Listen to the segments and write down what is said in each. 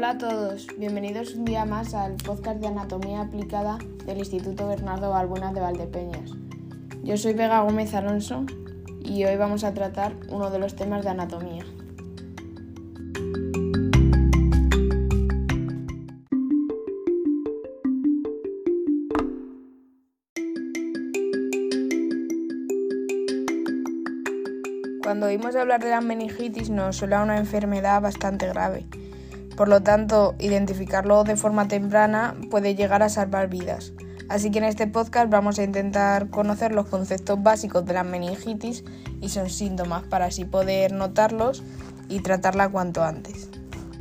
Hola a todos, bienvenidos un día más al podcast de Anatomía Aplicada del Instituto Bernardo Balbuena de Valdepeñas. Yo soy Vega Gómez Alonso y hoy vamos a tratar uno de los temas de anatomía. Cuando oímos hablar de la meningitis nos suena una enfermedad bastante grave. Por lo tanto, identificarlo de forma temprana puede llegar a salvar vidas. Así que en este podcast vamos a intentar conocer los conceptos básicos de la meningitis y sus síntomas para así poder notarlos y tratarla cuanto antes.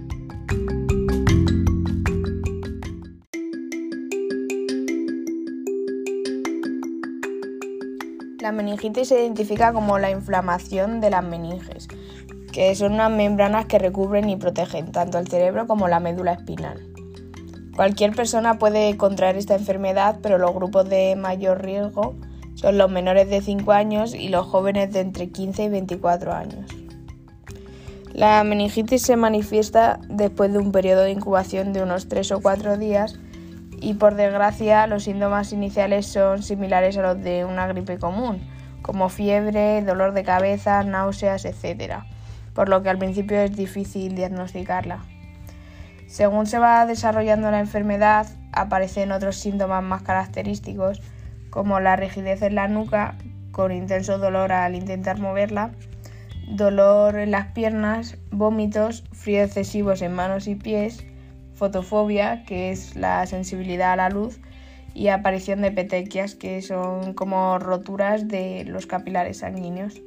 La meningitis se identifica como la inflamación de las meninges, que son unas membranas que recubren y protegen tanto el cerebro como la médula espinal. Cualquier persona puede contraer esta enfermedad, pero los grupos de mayor riesgo son los menores de 5 años y los jóvenes de entre 15 y 24 años. La meningitis se manifiesta después de un periodo de incubación de unos 3 o 4 días y, por desgracia, los síntomas iniciales son similares a los de una gripe común, como fiebre, dolor de cabeza, náuseas, etc., por lo que al principio es difícil diagnosticarla. Según se va desarrollando la enfermedad, aparecen otros síntomas más característicos, como la rigidez en la nuca, con intenso dolor al intentar moverla, dolor en las piernas, vómitos, frío excesivos en manos y pies, fotofobia, que es la sensibilidad a la luz, y aparición de petequias, que son como roturas de los capilares sanguíneos.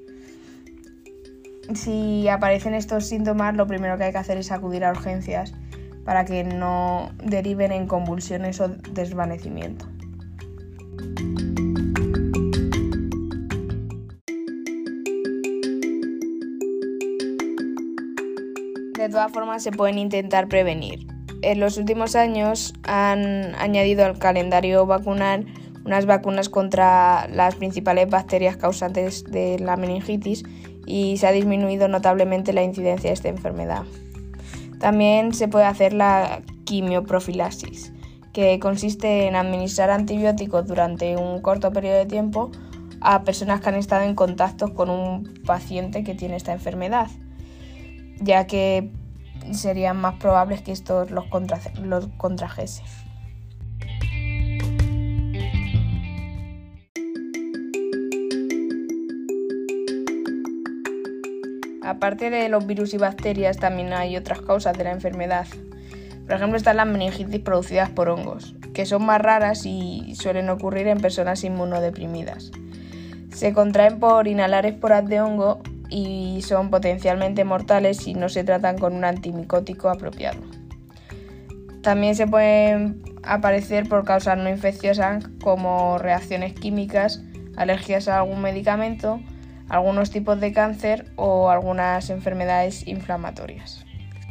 Si aparecen estos síntomas, lo primero que hay que hacer es acudir a urgencias para que no deriven en convulsiones o desvanecimiento. De todas formas, se pueden intentar prevenir. En los últimos años han añadido al calendario vacunal unas vacunas contra las principales bacterias causantes de la meningitis y se ha disminuido notablemente la incidencia de esta enfermedad. También se puede hacer la quimioprofilaxis, que consiste en administrar antibióticos durante un corto periodo de tiempo a personas que han estado en contacto con un paciente que tiene esta enfermedad, ya que serían más probables que estos los contrajese. Aparte de los virus y bacterias, también hay otras causas de la enfermedad. Por ejemplo, están las meningitis producidas por hongos, que son más raras y suelen ocurrir en personas inmunodeprimidas. Se contraen por inhalar esporas de hongo y son potencialmente mortales si no se tratan con un antimicótico apropiado. También se pueden aparecer por causas no infecciosas como reacciones químicas, alergias a algún medicamento, algunos tipos de cáncer o algunas enfermedades inflamatorias.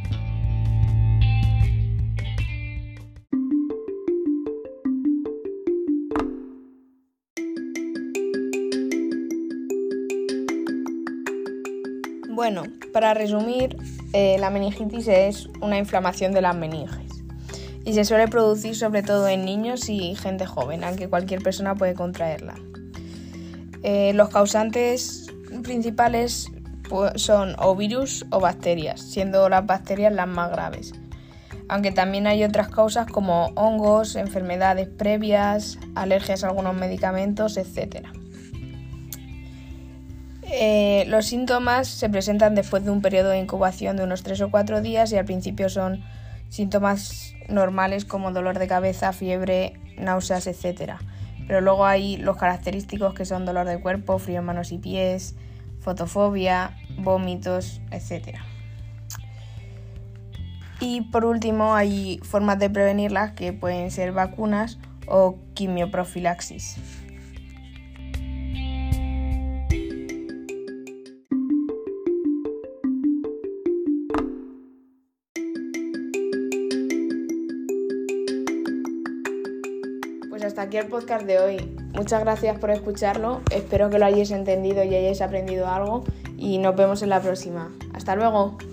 Bueno, para resumir, la meningitis es una inflamación de las meninges y se suele producir sobre todo en niños y gente joven, aunque cualquier persona puede contraerla. Los causantes principales son o virus o bacterias, siendo las bacterias las más graves, aunque también hay otras causas como hongos, enfermedades previas, alergias a algunos medicamentos, etc. Los síntomas se presentan después de un periodo de incubación de unos 3 o 4 días y al principio son síntomas normales como dolor de cabeza, fiebre, náuseas, etc. Pero luego hay los característicos que son dolor de cuerpo, frío en manos y pies, fotofobia, vómitos, etc. Y por último hay formas de prevenirlas que pueden ser vacunas o quimioprofilaxis. Pues hasta aquí el podcast de hoy. Muchas gracias por escucharlo. Espero que lo hayáis entendido y hayáis aprendido algo y nos vemos en la próxima. ¡Hasta luego!